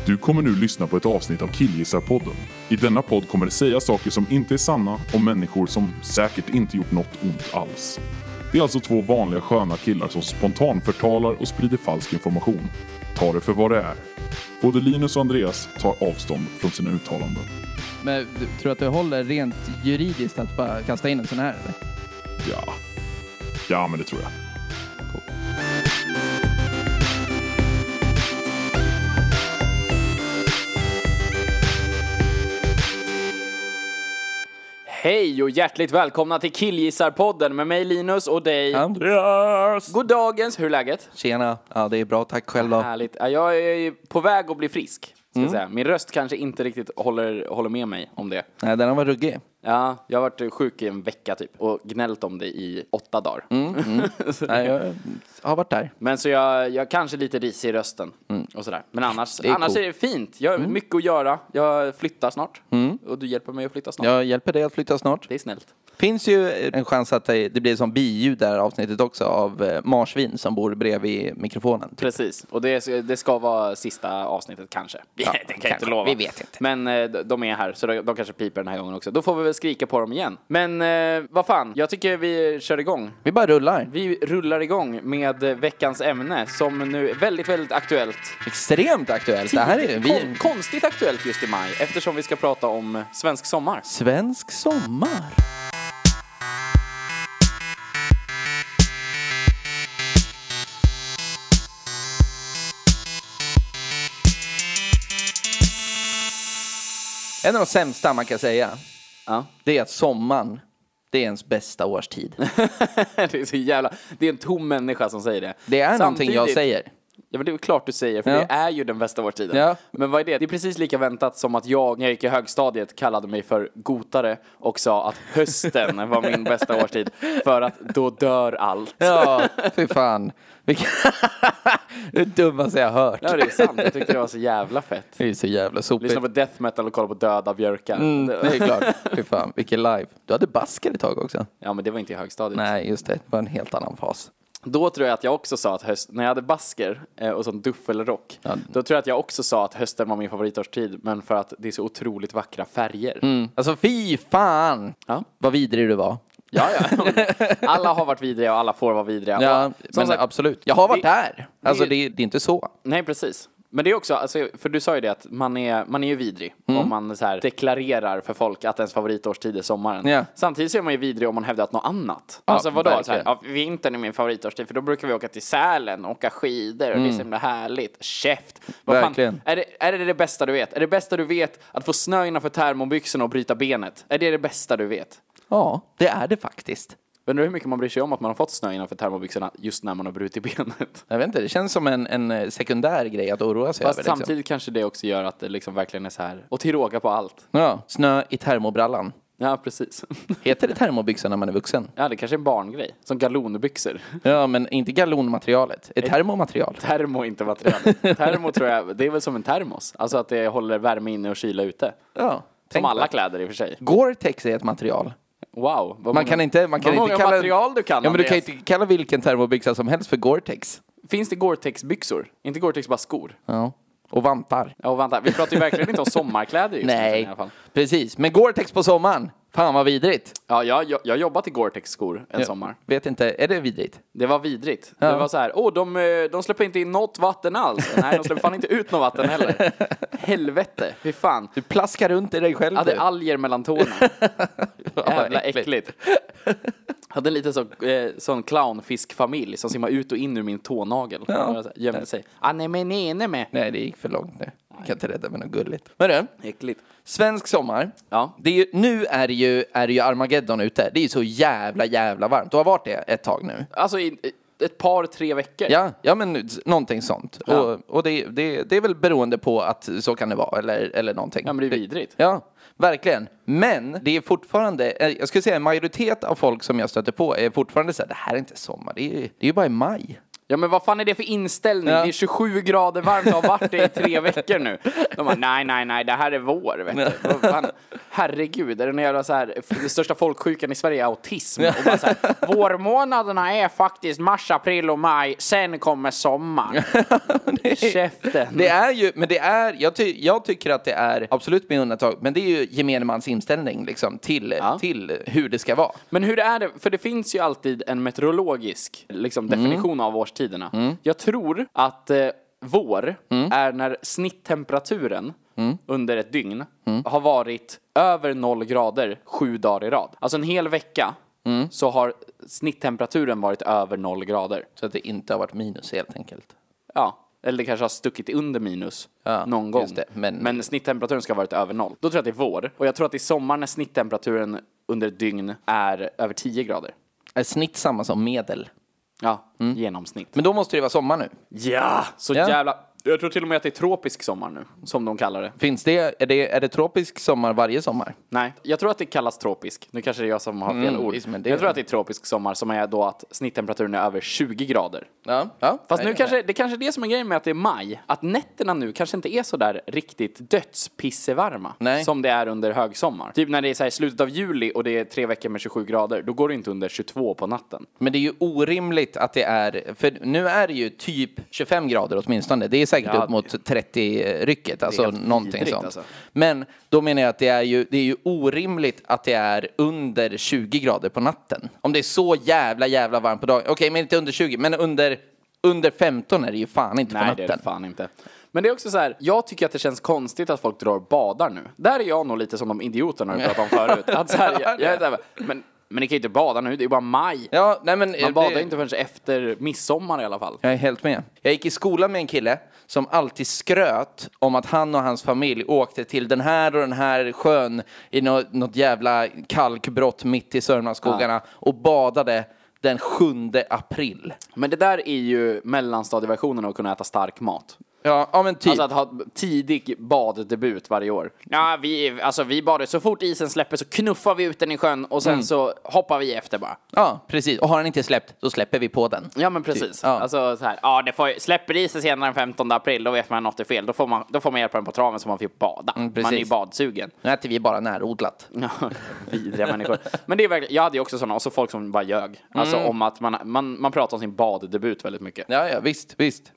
Du kommer nu lyssna på ett avsnitt av Killgissarpodden. I denna podd kommer det säga saker som inte är sanna om människor som säkert inte gjort något ont alls. Det är alltså två vanliga sköna killar som spontant förtalar och sprider falsk information. Ta det för vad det är. Både Linus och Andreas tar avstånd från sina uttalanden. Men du tror att det håller rent juridiskt att bara kasta in en sån här, eller? Ja, men det tror jag. Hej och hjärtligt välkomna till Killgissarpodden med mig Linus och dig Andreas! God dagens, hur är läget? Tjena, ja det är bra, tack själv då. Härligt, ja, jag är på väg att bli frisk, ska jag säga. Min röst kanske inte riktigt håller med mig om det. Nej, den har varit ruggig. Ja, jag har varit sjuk i en vecka typ och gnällt om det i 8 dagar. Nej, jag har varit där. Men så jag kanske lite risig i rösten och sådär. Men annars är det fint. Jag har mycket att göra. Jag flyttar snart. Och du hjälper mig att flytta snart. Jag hjälper dig att flytta snart. Det är snällt. Finns ju en chans att det blir som biljud där avsnittet också av marsvin som bor bredvid mikrofonen. Typ. Precis, och det ska vara sista avsnittet kanske. Ja, det kan jag inte lova. Vi vet inte. Men de är här, så de kanske piper den här gången också. Då får vi väl skrika på dem igen. Men vad fan, jag tycker vi kör igång. Vi bara rullar. Vi rullar igång med veckans ämne som nu är väldigt, väldigt aktuellt. Extremt aktuellt. Det här är Konstigt aktuellt just i maj, eftersom vi ska prata om svensk sommar. Svensk sommar. En av de sämsta man kan säga, det är att sommaren, det är ens bästa årstid. Det är så jävla... Det är en tom människa som säger det. Det är någonting jag säger. Ja, men det är klart du säger, för det är ju den bästa årstiden. Ja. Men vad är det? Det är precis lika väntat som att jag, när jag gick i högstadiet, kallade mig för gotare och sa att hösten var min bästa årstid, för att då dör allt. Ja, fy fan. Det dummaste jag har hört. Ja, det är sant. Jag tyckte det var så jävla fett. Det är så jävla sopigt. Lyssna på death metal och kolla på döda björkar. Det är klart. Fy fan, vilken live. Du hade basker ett tag också. Ja, men det var inte i högstadiet. Nej, just det. Det var en helt annan fas. Då tror jag att jag också sa att när jag hade basker och sån duffelrock, då tror jag att jag också sa att hösten var min favoritårstid, men för att det är så otroligt vackra färger. Alltså fy fan, vad vidrig du var. Ja. Alla har varit vidriga och alla får vara vidriga. Ja, men sagt, absolut. Jag har varit där. Alltså det är inte så. Nej, precis. Men det är också, alltså, för du sa ju det att man är ju vidrig om man så här deklarerar för folk att ens favoritårstid är sommaren. Yeah. Samtidigt så är man ju vidrig om man hävdar att något annat. Ja, alltså vadå? Så här, vintern är min favoritårstid, för då brukar vi åka till Sälen och åka skidor och det är så himla härligt. Käft. Verkligen. Fan, är det bästa du vet? Är det bästa du vet att få snö innanför termobyxorna och bryta benet? Är det bästa du vet? Ja, det är det faktiskt. Undrar hur mycket man bryr sig om att man har fått snö innanför termobyxorna just när man har brutit benet. Jag vet inte, det känns som en sekundär grej att oroa sig Fast över. samtidigt liksom. Kanske det också gör att det liksom verkligen är så här. Och till råga på allt. Ja, snö i termobrallan. Ja, precis. Heter det termobyxor när man är vuxen? Ja, det kanske är en barngrej. Som galonbyxor. Ja, men inte galonmaterialet. Är termomaterial? Termo, inte material. Termo tror jag, det är väl som en termos. Alltså att det håller värme inne och kyla ute. Ja. Som alla kläder i och för sig. Gore-Tex är ett material. Wow. Man kan inte kalla material du kan, ja, men du kan Andreas. inte kalla vilken termobyxa som helst för Gore-Tex. Finns det Gore-Tex-byxor? Inte Gore-Tex bara skor. Ja. Och vantar. Ja, och vänta. Vi pratar ju verkligen inte om sommarkläder just nu Nej, i alla fall. precis. Men Gore-Tex på sommaren. Fan vad vidrigt. Ja, jag har jobbat i Gore-Tex-skor en sommar. Vet inte, är det vidrigt? Det var vidrigt. Ja. Det var så här, de släpper inte in något vatten alls. Nej, de släpper fan inte ut något vatten heller. Helvete, hur fan. Du plaskar runt i dig själv. Jag hade alger mellan tårna. Jävla äckligt. Hade en liten sån clownfiskfamilj som simmade ut och in ur min tånagel. Ja. Gömde sig. Nej, med. Nej, det gick för långt nu. Jag kan inte rädda med något gulligt. Men du, Äckligt. svensk sommar. Ja. Det är ju, nu är det ju Armageddon ute. Det är ju så jävla varmt. Du har varit det ett tag nu. Alltså i ett par, 3 veckor. Ja, men någonting sånt. Ja. Och det är väl beroende på att så kan det vara, eller någonting. Ja, men det är vidrigt. Ja, verkligen. Men det är fortfarande, jag skulle säga en majoritet av folk som jag stöter på är fortfarande så här, det här är inte sommar, det är ju bara i maj. Ja, men vad fan är det för inställning? Ja. Det är 27 grader varmt och har varit det i 3 veckor nu. De bara, nej, det här är vår, vet du. Vad fan? herregud, är det någon jävla så här, den största folksjukan i Sverige är autism. Och bara så här, vårmånaderna är faktiskt mars, april och maj, sen kommer sommar. Käften. Det är ju, men det är, jag tycker att det är absolut med undantag, men det är ju gemene mans inställning liksom, till hur det ska vara. Men hur är det? För det finns ju alltid en meteorologisk liksom, definition av årstiderna. Jag tror att vår är när snitttemperaturen under ett dygn har varit över 0 grader 7 dagar i rad. Alltså en hel vecka så har snitttemperaturen varit över 0 grader. Så att det inte har varit minus helt enkelt. Ja, eller det kanske har stuckit under minus någon gång. Det, men snitttemperaturen ska ha varit över 0. Då tror jag att det är vår. Och jag tror att det är sommar när snitttemperaturen under ett dygn är över 10 grader. är snitt samma som medel? Ja, genomsnitt. Men då måste det vara sommar nu. Ja, så jävla... Jag tror till och med att det är tropisk sommar nu, som de kallar det. Finns det, är det tropisk sommar varje sommar? Nej, jag tror att det kallas tropisk. Nu kanske det är jag som har fel ord. Jag tror att det är tropisk sommar som är då att snitttemperaturen är över 20 grader. Ja. Fast nu kanske det är det som är grejen med att det är maj. Att nätterna nu kanske inte är så där riktigt dödspissevarma. Nej. Som det är under högsommar. Typ när det är så här slutet av juli och det är 3 veckor med 27 grader. Då går det inte under 22 på natten. Men det är ju orimligt att det är... För nu är det ju typ 25 grader åtminstone. Det är säkert upp mot 30-rycket. Alltså någonting sånt. Alltså. Men då menar jag att det är ju orimligt att det är under 20 grader på natten. Om det är så jävla varmt på dagen. Okej, men inte under 20. Men under 15 är det ju fan inte på natten. Nej, det är det fan inte. Men det är också så här, jag tycker att det känns konstigt att folk drar och badar nu. Där är jag nog lite som de idioterna vi pratade om förut. Att så här, jag är så här, men ni kan ju inte bada nu, det är bara maj. Ja, nej, men man badar inte förrän efter midsommar i alla fall. Jag är helt med. Jag gick i skolan med en kille som alltid skröt om att han och hans familj åkte till den här sjön i något jävla kalkbrott mitt i Sörmlandsskogarna och badade den 7 april. Men det där är ju mellanstadieversionen av att kunna äta stark mat. Ja, men typ. Alltså att ha tidig baddebut varje år. Ja, vi badar så fort isen släpper så knuffar vi ut den i sjön och sen så hoppar vi efter bara. Ja, precis. Och har den inte släppt, då släpper vi på den. Ja, men precis. Typ. Ja. Alltså så här, släpper isen senare den 15 april, då vet man att något är fel. Då får man hjälpa den på traven så man får bada. Man är ju badsugen. Nu äter vi bara närodlat. Ja, vidriga människor. Men det är verkligen, jag hade ju också sådana, och så folk som bara ljög. Alltså om att man pratar om sin baddebut väldigt mycket. Ja, visst.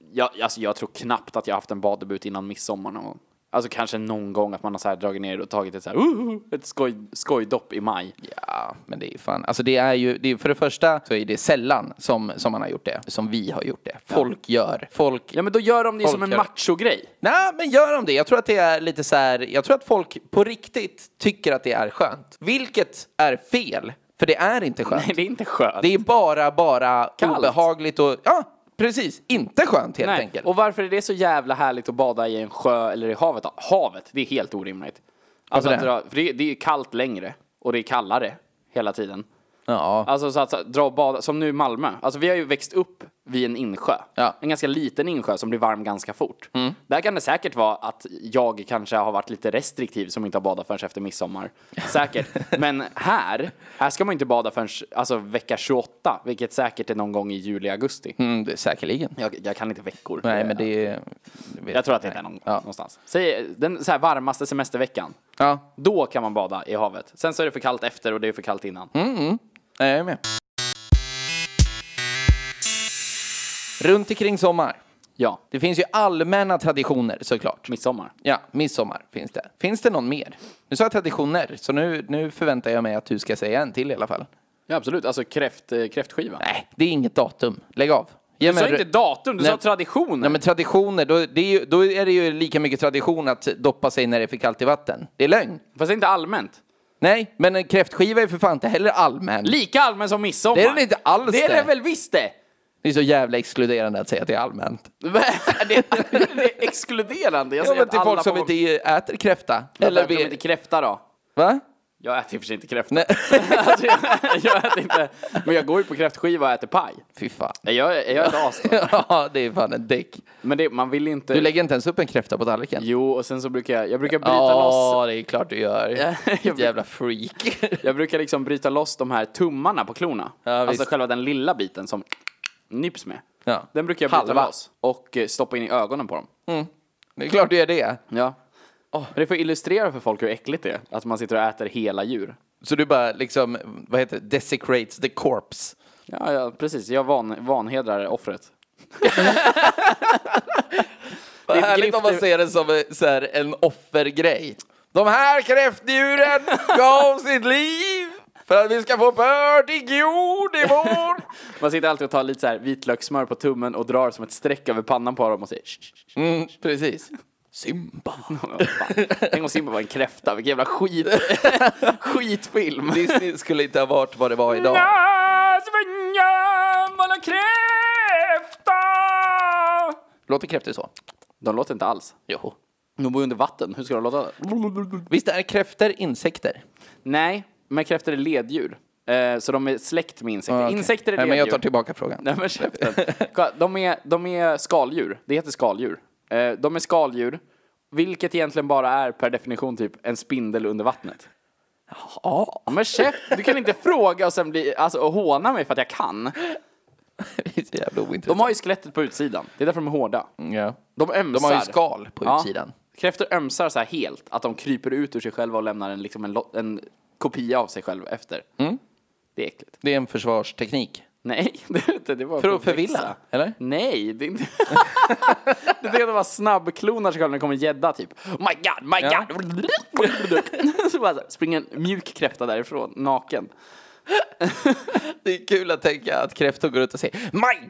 Jag tror knappt att jag haft en baddebut innan midsommar någon gång. Alltså kanske någon gång att man har så här dragit ner och tagit ett skojdopp i maj. Ja, men det är ju fan. Alltså det är ju, för det första så är det sällan som man har gjort det. Som vi har gjort det. Folk gör. Ja, men då gör de det som en macho-grej. Nej, men gör de det? Jag tror att det är lite så här. Jag tror att folk på riktigt tycker att det är skönt. Vilket är fel. För det är inte skönt. Nej, det är inte skönt. Det är bara obehagligt och... Ja, precis. Inte skönt helt enkelt. Och varför är det så jävla härligt att bada i en sjö eller i havet då? Havet, det är helt orimligt. Alltså för det är kallt längre. Och det är kallare hela tiden. Ja. Alltså så att dra och bada, som nu i Malmö. Alltså vi har ju växt upp vid en insjö. Ja. En ganska liten insjö som blir varm ganska fort. Där kan det säkert vara att jag kanske har varit lite restriktiv som inte har badat förrän efter midsommar. Säkert. Men här ska man inte bada förrän vecka 28. Vilket säkert är någon gång i juli, augusti. Det är säkerligen. Jag kan inte veckor. Nej, men det är... Jag tror att det är någonstans. Säg den så här varmaste semesterveckan. Ja. Då kan man bada i havet. Sen så är det för kallt efter och det är för kallt innan. Jag är med. Runt omkring sommar. Ja. Det finns ju allmänna traditioner såklart. Midsommar. Ja, midsommar finns det. Finns det någon mer? Nu sa jag traditioner, så nu förväntar jag mig att du ska säga en till i alla fall. Ja, absolut. Alltså kräftskiva. Nej, det är inget datum. Lägg av. Du sa inte datum, du sa traditioner. Nej, men traditioner, då är det ju lika mycket tradition att doppa sig när det är för kallt i vatten. Det är lögn. Fast det är inte allmänt. Nej, men en kräftskiva är för fan inte heller allmän. Lika allmän som midsommar. Det är det inte alls. Det är det väl visst det. Det är så jävla exkluderande att säga att det är allmänt. det är exkluderande. Jag säger att till folk som inte äter kräfta. Eller äter de inte kräfta då? Va? Jag äter i och för sig inte kräfta. Alltså, jag äter inte. Men jag går ju på kräftskiva och äter paj. Fy fan. Jag är as då. Ja, det är fan en däck. Men man vill inte... Du lägger inte ens upp en kräfta på tallriken? Jo, och sen så brukar jag bryta loss... Ja, det är klart du gör. Jävla freak. Jag brukar liksom bryta loss de här tummarna på klorna. Ja, alltså själva den lilla biten som nyps med. Ja. Den brukar jag bryta loss och stoppa in i ögonen på dem. Det är klart du gör det. Ja. Men det får illustrera för folk hur äckligt det är. Att man sitter och äter hela djur. Så du bara liksom, vad heter det? Desecrates the corpse. Ja, precis. Jag vanhedrar offret. Vad härligt om man ser det som så här, en offergrej. De här kräftdjuren gav sitt liv för att vi ska få bördig jord i vår. Man sitter alltid och tar lite så här vitlökssmör på tummen och drar som ett streck över pannan på dem och säger precis. Simba. Tänk om Simba var en kräfta. Vilken jävla skitfilm. Disney skulle inte ha varit vad det var idag. Låter kräftor så? De låter inte alls. Jo. De bor under vatten. Hur ska de låta? Visst är kräftor insekter? Nej, men kräftor är leddjur. Så de är släkt med insekter. Okay. Insekter är leddjur. Men jag tar tillbaka frågan. Nej, men de är skaldjur. Det heter skaldjur. De är skaldjur. Vilket egentligen bara är per definition typ en spindel under vattnet. Ja. Men chef, du kan inte fråga och sen och håna mig för att jag kan. Det är så jävla ointressant. De har ju skelettet på utsidan. Det är därför de är hårda. Ja. De ömsar. De har ju skal på utsidan. Kräftor ömsar så här helt. Att de kryper ut ur sig själva och lämnar en kopia av sig själv efter. Det är äckligt. Det är en försvarsteknik. Nej, det är inte. Det var för att förvilla, eller? Nej, det är inte. Det är att vara snabbklonar sig själv när det kommer gädda typ. Oh my god. Så bara springer en mjuk kräfta därifrån, naken. Det är kul att tänka att kräftor går ut och säger my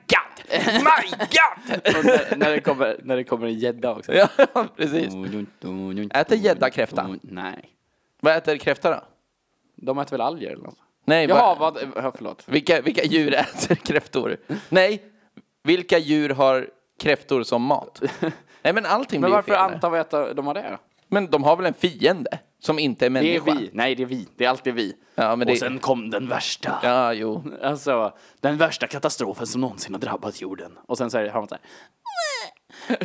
god. när det kommer en gädda också. Ja, precis. Äter gädda kräfta? Nej. Vad äter kräfta då? De äter väl alger eller något? Nej, förlåt. Vilka djur äter kräftor? Nej, vilka djur har kräftor som mat? Nej, men allting men blir varför fel. antar vi att de har det? Men de har väl en fiende som inte är människa? Det är vi. Nej, det är vi. Det är alltid vi. Ja, men och sen kom den värsta. Ja, jo. Alltså, den värsta katastrofen som någonsin har drabbat jorden. Och sen så har man så här.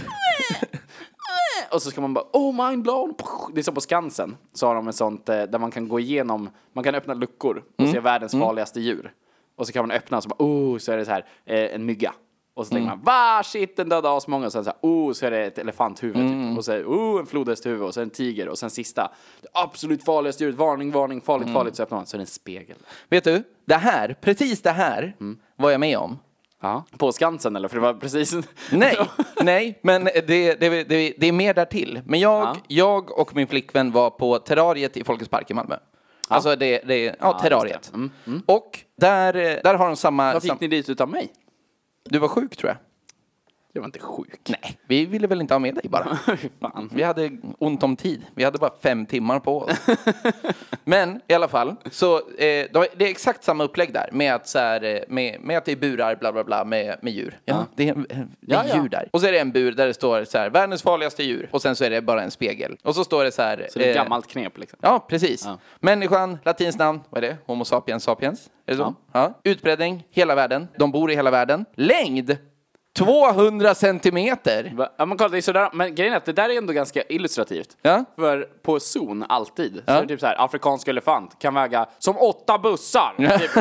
Och så ska man bara, mind blown. Det är som på Skansen. Så har de en sånt där man kan gå igenom, man kan öppna luckor och se världens farligaste djur. Och så kan man öppna och så bara, så är det så här en mygga. Och så tänker man, shit, den döda asmånga. Och sen så här, så är det ett elefanthuvud typ. Och så en flodhästhuvud och så en tiger. Och sen sista, det absolut farligaste djuret. Varning, farligt. Så öppnar man, så är det en spegel. Vet du, precis det här var jag med om. Ja. På Skansen eller? För det var precis... Nej, men det är mer därtill. Men jag och min flickvän var på terrariet i Folkets park i Malmö. Alltså terrariet. Och där har de samma... Vad fick ni dit utav mig? Du var sjuk, tror jag. Jag var inte sjuk. Nej, vi ville väl inte ha med dig bara. Fan. Vi hade ont om tid. Vi hade bara 5 timmar på oss. Men i alla fall, så det är exakt samma upplägg där. Med att, så här, med att det är burar, bla bla bla, med djur. Ja, det är djur där. Och så är det en bur där det står så här, världens farligaste djur. Och sen så är det bara en spegel. Och så står det så här... Så det är ett gammalt knep liksom. Ja, precis. Ja. Människan, latins namn, vad är det? Homo sapiens sapiens? Är det så? Ja. Utbredning, hela världen. De bor i hela världen. Längd! 200 centimeter. Ja, men kolla, det är sådär. Men grejen är att det där är ändå ganska illustrativt. Ja. För på zon alltid så är det typ så här, afrikansk elefant kan väga som 8 bussar. Typ,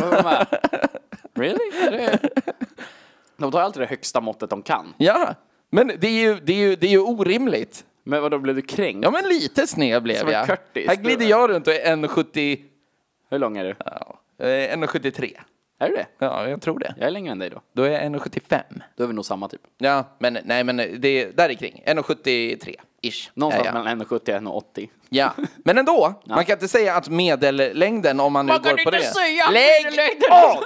really? De tar alltid det högsta måttet de kan. Ja, men det är ju orimligt. Men vad då, blev du kränkt? Ja, men lite sned blev jag. Här glider jag runt och är 1,70. Hur lång är du? Ja, 1,73. Är du det? Ja, jag tror det. Jag är längre än dig då. Då är jag 1,75. Då är vi nog samma typ. Ja, men det där är kring 1,73-ish. Någonstans mellan 1,70 och 1,80. Ja, men ändå. Ja. Man kan inte säga att medellängden, om man nu går på det. Man kan inte säga medellängden!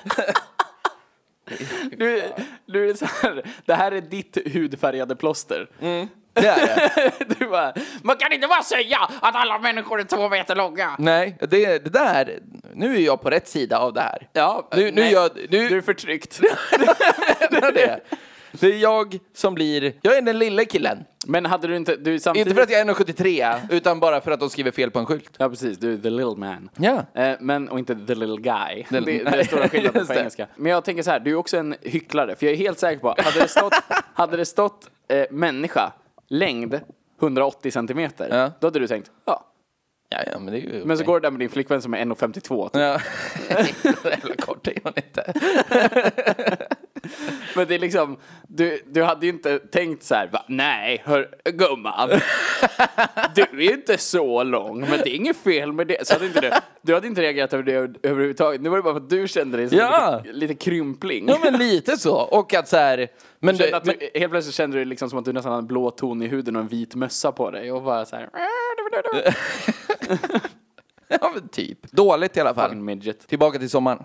Du är så här, det här är ditt hudfärgade plåster. Det är det. Du bara, man kan inte bara säga att alla människor är 2 meter långa. Nej, det där, nu är jag på rätt sida av det här. Ja, nu du är förtryckt. Det är jag som blir, jag är den lille killen. Men hade du inte, du samtidigt... Inte för att jag är 1,73, utan bara för att de skriver fel på en skylt. Ja, precis, du är the little man. Ja. Men, och inte the little guy. Det är stora skillnaden på engelska. Men jag tänker så här, du är också en hycklare. För jag är helt säker på, hade det stått människa, längd 180 centimeter, då hade du tänkt, ja, men det är ju okay. Men så går det där med din flickvän som är 1,52 typ. Ja. Jävla kort är hon inte. Men det är liksom, du hade ju inte tänkt så här, va? Nej, hör, gumman. Du är ju inte så lång, men det är inget fel med det. Så hade inte du hade inte reagerat över det överhuvudtaget. Nu var det bara för att du kände dig som lite krympling. Ja, men lite så. Och att så här... Men helt plötsligt kände du liksom som att du nästan hade en blå ton i huden och en vit mössa på dig. Och bara så här... Ja, men typ. Dåligt i alla fall. Midget. Tillbaka till sommaren.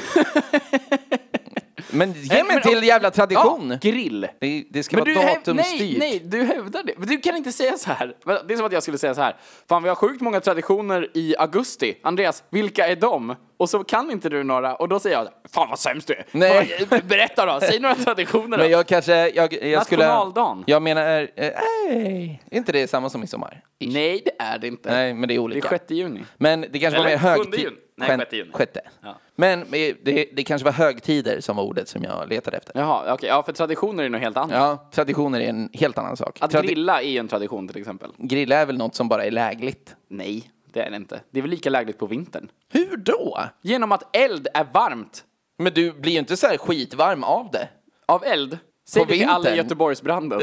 Men ge mig till jävla tradition. Ja, grill. Det ska vara datumstyrt. Nej, du hävdar det. Men du kan inte säga så här. Det är som att jag skulle säga så här. Fan, vi har sjukt många traditioner i augusti. Andreas, vilka är de? Och så kan inte du några. Och då säger jag, fan vad sämst du är. Nej. Berätta då, säg några traditioner då. Men jag kanske, jag skulle... Nationaldagen. Jag menar, är inte det samma som i sommar? Nej, det är det inte. Nej, men det är olika. Det är 6 juni. Men det kanske var mer högtid. Nej, 6 juni. Sjätte. Ja. Men det kanske var högtider som var ordet som jag letade efter. Jaha, okej. Ja, för traditioner är något helt annat. Ja, traditioner är en helt annan sak. Att grilla är en tradition till exempel. Grilla är väl något som bara är lägligt? Nej, det är det inte. Det är väl lika lägligt på vintern. Hur då? Genom att eld är varmt. Men du blir ju inte så här skitvarm av det. Av eld? Säg det till alla i Göteborgsbranden.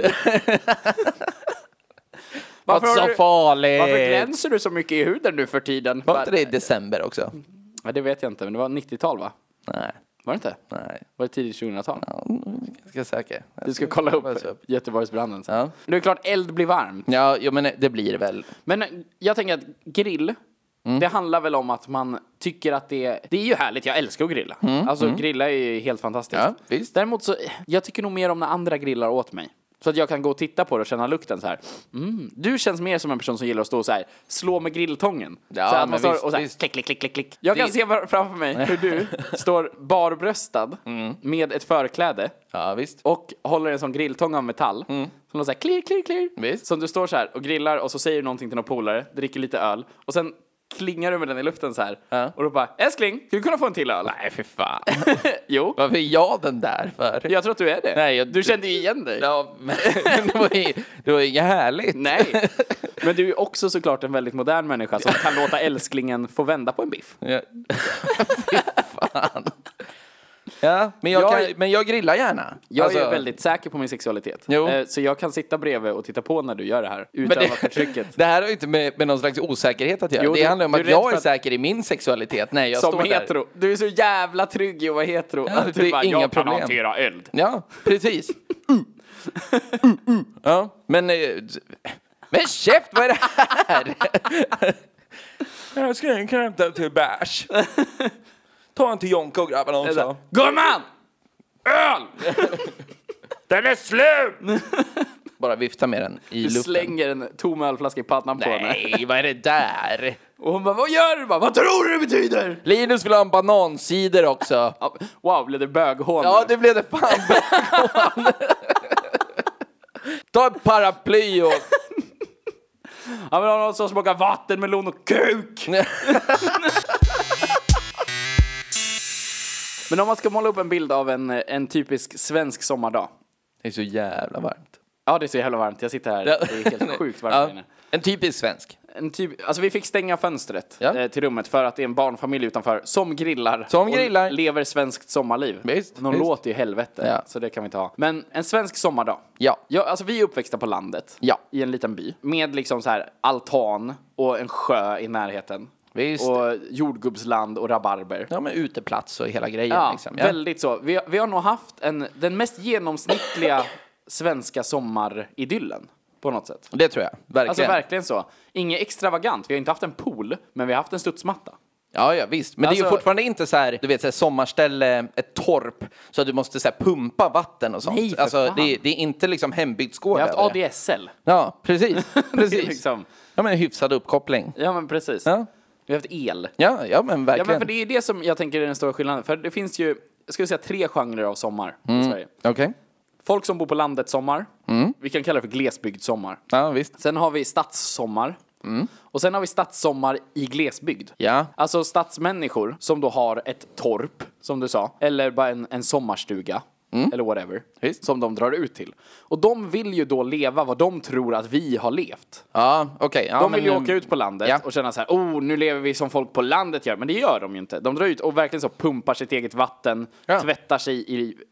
Varför så farligt? Varför glänser du så mycket i huden nu för tiden? Var inte det i december också? Ja, det vet jag inte, men det var 90-tal va? Nej. Var det inte? Nej. Var det tidigt 2000-tal? Ja, ganska säker. Du ska kolla upp Göteborgsbranden. Ja. Det är klart eld blir varmt. Ja, men det blir det väl. Men jag tänker att grill, det handlar väl om att man tycker att det är ju härligt. Jag älskar att grilla. Alltså grilla är ju helt fantastiskt. Ja, visst. Däremot så, jag tycker nog mer om när andra grillar åt mig. Så att jag kan gå och titta på det och känna lukten så här. Du känns mer som en person som gillar att stå och så här, slå med grilltången. Ja, så att man står visst, och så här, visst. klick, klick, klick, klick, klick. Jag kan se framför mig hur du står barbröstad med ett förkläde. Ja, visst. Och håller en sån grilltång av metall. Som låter så här, klirr, klirr, klirr. Visst. Som du står så här och grillar och så säger du någonting till någon polare, dricker lite öl. Och sen klingar du med den i luften så här. Ja. Och då bara, älskling, skulle du kunna få en till öl? Nej, för fan. Jo. Varför är jag den där för? Jag tror att du är det. Nej, du kände ju igen dig. Ja, men det var inget härligt. Nej. Men du är också såklart en väldigt modern människa som kan låta älsklingen få vända på en biff. Ja. Fy fan. Ja, men jag grillar gärna. Jag är väldigt säker på min sexualitet. Så jag kan sitta bredvid och titta på när du gör det här. Utöva förtrycket. Det här har ju inte med någon slags osäkerhet att göra. Det handlar om att jag är säker i min sexualitet när jag som står hetero. Där. Du är så jävla trygg i att vara hetero. Ja, det är inga jag problem. kan hantera eld. Ja, precis. Ja, men käft, vad är det här? Jag ska inte hämta till bärs. Ta en till Jonka och grabbarna också. Gumman! Öl! Den är slut! Bara vifta med den i luften. Du slänger en tom ölflaska i pannan på henne. Nej, vad är det där? Och hon bara, vad gör du? Vad tror du det betyder? Linus vill ha en banansider också. Wow, blev det böghån? Ja, det blev det fan böghån. Ta ett paraply och... Han vill ha någon som smakar vattenmelon och kuk. Men om man ska måla upp en bild av en typisk svensk sommardag. Det är så jävla varmt. Ja, det är så jävla varmt. Jag sitter här. Det är helt sjukt varmt inne. En typisk svensk. Alltså vi fick stänga fönstret till rummet för att det är en barnfamilj utanför som grillar. Och lever svenskt sommarliv. Visst, de låter ju helvete, så det kan vi inte ha. Men en svensk sommardag. Ja, alltså vi är uppväxta på landet. Ja. I en liten by. Med liksom så här altan och en sjö i närheten. Visst. Och jordgubbsland och rabarber. Ja, men uteplats och hela grejen. Ja, liksom. Väldigt så. Vi har nog haft den mest genomsnittliga svenska sommaridyllen. På något sätt. Det tror jag, verkligen. Alltså verkligen så. Inget extravagant. Vi har inte haft en pool, men vi har haft en studsmatta. Ja, visst. Men det är ju fortfarande inte så här, du vet, så här, sommarställe, ett torp, så att du måste så här, pumpa vatten och sånt. Nej, alltså, det är inte liksom hembygdsgård. Vi har haft ADSL. Ja, precis. precis. Liksom. Ja, men hyfsad uppkoppling. Ja, men precis. Ja. Vi har haft el. Ja, men verkligen. Ja, men för det är det som jag tänker är den stora skillnaden. För det finns ju, jag skulle säga 3 genrer av sommar i Sverige. Okej. Folk som bor på landet sommar. Vi kan kalla det för glesbygdssommar. Ja, visst. Sen har vi stadssommar. Och sen har vi stadssommar i glesbygd. Ja. Alltså stadsmänniskor som då har ett torp, som du sa. Eller bara en sommarstuga. eller whatever, som de drar ut till. Och de vill ju då leva vad de tror att vi har levt. Ja, okej. Ja, de vill ju åka ut på landet och känna så här, nu lever vi som folk på landet gör. Men det gör de ju inte. De drar ut och verkligen så pumpar sitt eget vatten, tvättar sig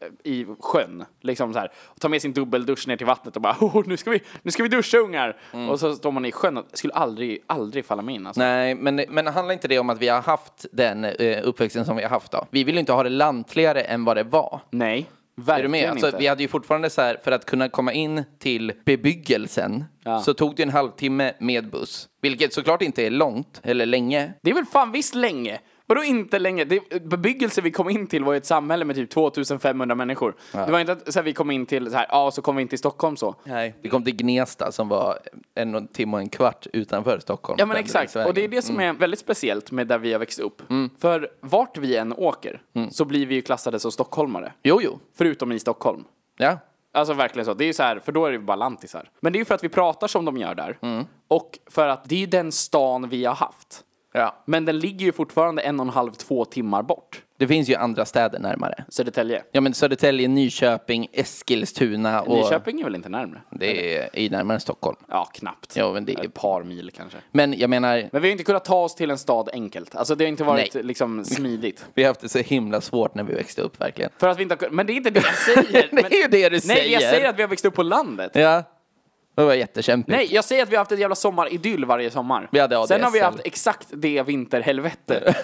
i sjön. Liksom så här. Och tar med sin dubbeldusch ner till vattnet och bara, nu ska vi duscha, ungar. Och så står man i sjön och skulle aldrig falla mig in. Alltså. Nej, men handlar inte det om att vi har haft den uppväxten som vi har haft då? Vi vill ju inte ha det lantligare än vad det var. Nej. Verkligen alltså, inte. Vi hade ju fortfarande så här, för att kunna komma in till bebyggelsen så tog det en halvtimme med buss. Vilket såklart inte är långt eller länge. Det är väl fan visst länge. Vadå inte länge? Bebyggelse vi kom in till var ju ett samhälle med typ 2500 människor. Det var inte att så här, vi kom in till så här, så kom vi in till Stockholm så. Nej, vi kom till Gnesta som var 1 timme och en kvart utanför Stockholm. Ja men exakt, och det är det som är väldigt speciellt med där vi har växt upp. För vart vi än åker så blir vi ju klassade som stockholmare. Jo. Förutom i Stockholm. Ja. Alltså verkligen så, det är ju så här, för då är det bara lantisar. Men det är ju för att vi pratar som de gör där. Och för att det är ju den stan vi har haft. Ja. Men den ligger ju fortfarande 1,5-2 timmar bort. Det finns ju andra städer närmare. Södertälje. Ja, men Södertälje, Nyköping, Eskilstuna och... Nyköping är väl inte närmare? Det är närmare Stockholm. Ja, knappt. Ja, men det är ett par mil kanske. Men jag menar... Men vi har inte kunnat ta oss till en stad enkelt. Alltså det har inte varit liksom smidigt. Vi har haft det så himla svårt när vi växte upp, verkligen. För att vi inte har... Men det är inte det jag säger. Det är ju det du säger. Nej, jag säger att vi har växt upp på landet. Ja. Det var jättekämpigt. Nej, jag säger att vi har haft ett jävla sommaridyll varje sommar. Vi hade ADSL. Sen har vi haft exakt det vinterhelvete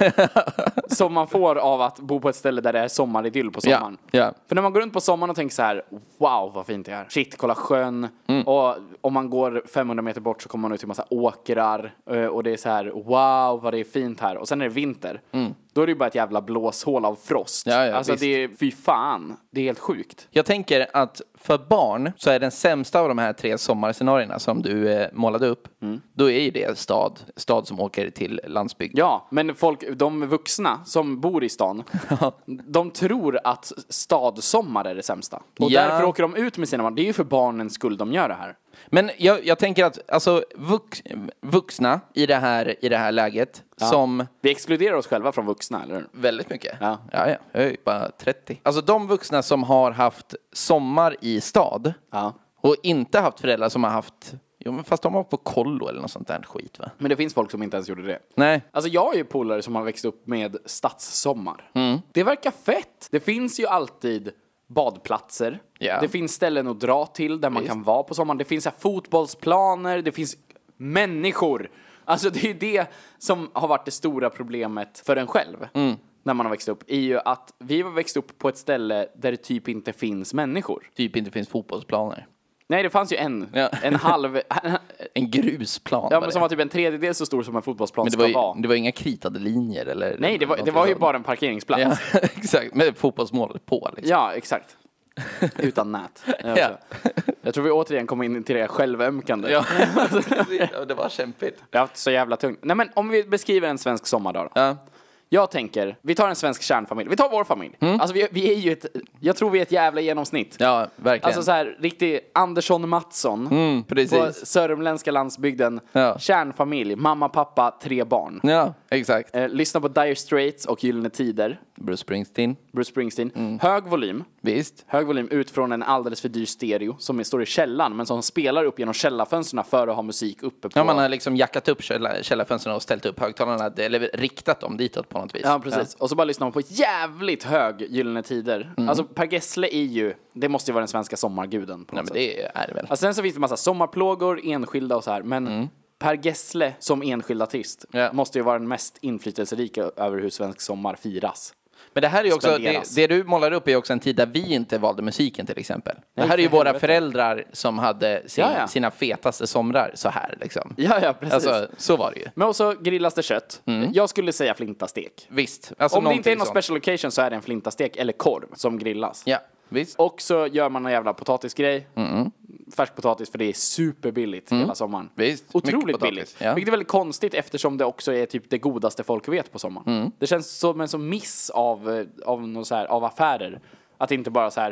som man får av att bo på ett ställe där det är sommaridyll på sommaren. Ja. För när man går runt på sommaren och tänker så här, wow vad fint det är. Shit, kolla sjön. Och om man går 500 meter bort så kommer man ut till massa åkrar. Och det är så här, wow vad det är fint här. Och sen är det vinter. Då är det ju bara ett jävla blåshål av frost. Ja, alltså visst. det är, fy fan, det är helt sjukt. Jag tänker att för barn så är den sämsta av de här 3 sommarscenarierna som du målade upp. Då är ju det stad som åker till landsbygd. Ja, men de vuxna som bor i stan, de tror att stadsommar är det sämsta. Och därför åker de ut med sina barn. Det är ju för barnens skull de gör det här. Men jag tänker att alltså, vuxna i det här läget som... Vi exkluderar oss själva från vuxna, eller hur? Väldigt mycket. Ja. Jag är bara 30. Alltså de vuxna som har haft sommar i stad och inte haft föräldrar som har haft... Jo, men fast de var på kollo eller något sånt där skit, va? Men det finns folk som inte ens gjorde det. Nej. Alltså jag är ju polare som har växt upp med stadssommar. Det verkar fett. Det finns ju alltid badplatser. Yeah. Det finns ställen att dra till där man kan vara på sommaren. Det finns så här fotbollsplaner. Det finns människor. Alltså det är det som har varit det stora problemet för en själv. När man har växt upp. Är ju att vi har växt upp på ett ställe där det typ inte finns människor. Typ inte finns fotbollsplaner. Nej, det fanns ju en halv... En grusplan. Ja, men som var typ en tredjedel så stor som en fotbollsplan men ska vara. Det var inga kritade linjer eller... Nej, det var ju bara en parkeringsplats. Ja, exakt. Med fotbollsmålet på liksom. Ja, exakt. Utan nät. Jag tror vi återigen kommer in till det självömkande. Ja, det var kämpigt. Det har haft så jävla tungt. Nej, men om vi beskriver en svensk sommardag då. Ja. Jag tänker, vi tar en svensk kärnfamilj. Vi tar vår familj. Alltså vi är ju jag tror vi är ett jävla genomsnitt. Ja, verkligen. Alltså så här, riktig Andersson Mattsson. Precis. På sörmländska landsbygden. Ja. Kärnfamilj, mamma, pappa, 3 barn. Ja, exakt. Lyssna på Dire Straits och Gyllene Tider. Bruce Springsteen. Hög volym. Visst. Hög volym ut från en alldeles för dyr stereo som står i källan men som spelar upp genom källarfönsterna för att ha musik uppe på... Ja, man har liksom jackat upp källarfönsterna och ställt upp högtalarna eller riktat dem ditåt på något vis. Ja, precis. Ja. Och så bara lyssnar man på jävligt hög Gyllene Tider. Alltså Per Gessle är ju, det måste ju vara den svenska sommarguden på något sätt. Det är det väl. Alltså, sen så finns det massa sommarplågor, enskilda och så här, men Per Gessle som enskild artist måste ju vara den mest inflytelserika över hur svensk sommar firas. Men det här är ju också, det du målar upp är också en tid där vi inte valde musiken till exempel. Det här är ju våra föräldrar som hade sina fetaste somrar så här liksom. Ja, precis. Alltså, så var det ju. Men också grillas det kött. Jag skulle säga flintastek. Visst. Alltså, om det inte är någon special occasion så är det en flintastek eller korv som grillas. Ja, visst. Och så gör man en jävla potatisgrej. Färsk potatis, för det är superbilligt hela sommaren. Visst. Otroligt billigt. Ja. Vilket är väldigt konstigt eftersom det också är typ det godaste folk vet på sommaren. Det känns som en sån miss av någon så här, av affärer. Att inte bara så här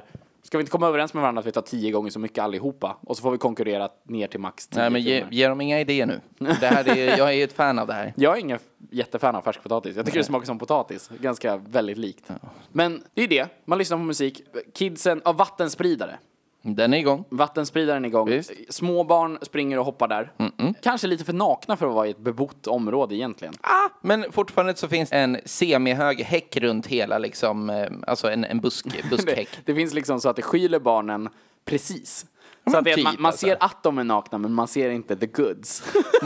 Ska vi inte komma överens med varandra att vi tar 10 gånger så mycket allihopa? Och så får vi konkurrera ner till max 10. Nej, men ge dem inga idéer nu. Jag är ett fan av det här. Jag är ingen jättefan av färskpotatis. Jag tycker det smakar som potatis. Ganska väldigt likt. Ja. Men det är det. Man lyssnar på musik. Kidsen av vattenspridare. Den är igång. Vattenspridaren är igång. Visst. Små barn springer och hoppar där. Kanske lite för nakna för att vara i ett bebott område egentligen. Men fortfarande så finns en semihög häck runt hela liksom, alltså en buskhäck. det finns liksom så att det skyler barnen precis. Så att typ, man ser att de är nakna, men man ser inte the goods.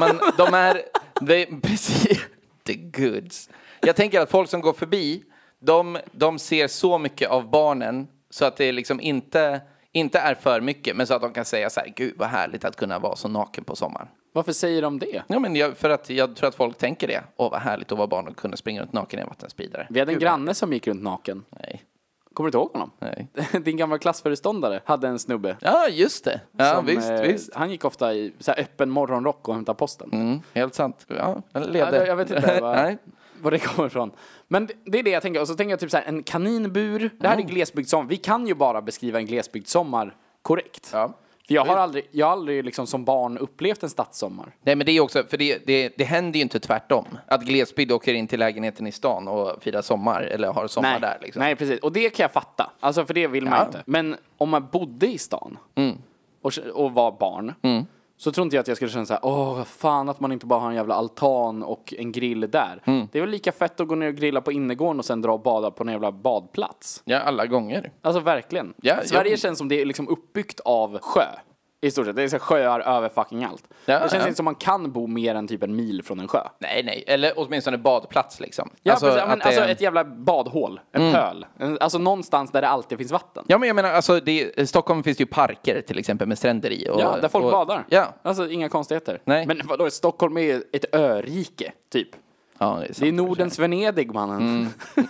Precis, the goods. Jag tänker att folk som går förbi, de ser så mycket av barnen så att det liksom inte är för mycket, men så att de kan säga så här: gud vad härligt att kunna vara så naken på sommaren. Varför säger de det? Ja, men för att jag tror att folk tänker det. Vad härligt att vara barn och kunna springa runt naken i en vattenspridare. Vi hade en granne som gick runt naken. Nej. Kommer du inte ihåg honom? Nej. Din gamla klassföreståndare hade en snubbe. Ja, just det. Ja, som, visst. Han gick ofta i så här öppen morgonrock och hämtade posten. Helt sant. Ja, jag vet inte var det kommer ifrån. Men det är det jag tänker. Och så tänker jag typ så här, en kaninbur. Det här är glesbygdssommar. Vi kan ju bara beskriva en glesbygdssommar korrekt. Ja. För jag har aldrig liksom som barn upplevt en stadssommar. Nej, men det är också, för det händer ju inte tvärtom. Att glesbygd åker in till lägenheten i stan och firar sommar eller har sommar där. Liksom. Nej, precis. Och det kan jag fatta. Alltså, för det vill man inte. Men om man bodde i stan och var barn, så tror inte jag att jag skulle känna så här: fan att man inte bara har en jävla altan och en grill där. Det är väl lika fett att gå ner och grilla på innergården och sen dra och bada på en jävla badplats. Ja, alla gånger. Alltså verkligen. Sverige känns som det är liksom uppbyggt av sjö. I stort sett, det är så sjöar över fucking allt. Det känns inte som man kan bo mer än typ en mil från en sjö. Nej, eller åtminstone en badplats liksom. Ja, alltså ett jävla badhål, en pöl. Alltså någonstans där det alltid finns vatten. Ja, men jag menar, alltså i Stockholm finns det ju parker till exempel med stränder i. Och, där folk badar. Ja. Alltså inga konstigheter. Nej. Men vadå, Stockholm är ett örike, typ. Ja, det är Nordens Venedig, mannen.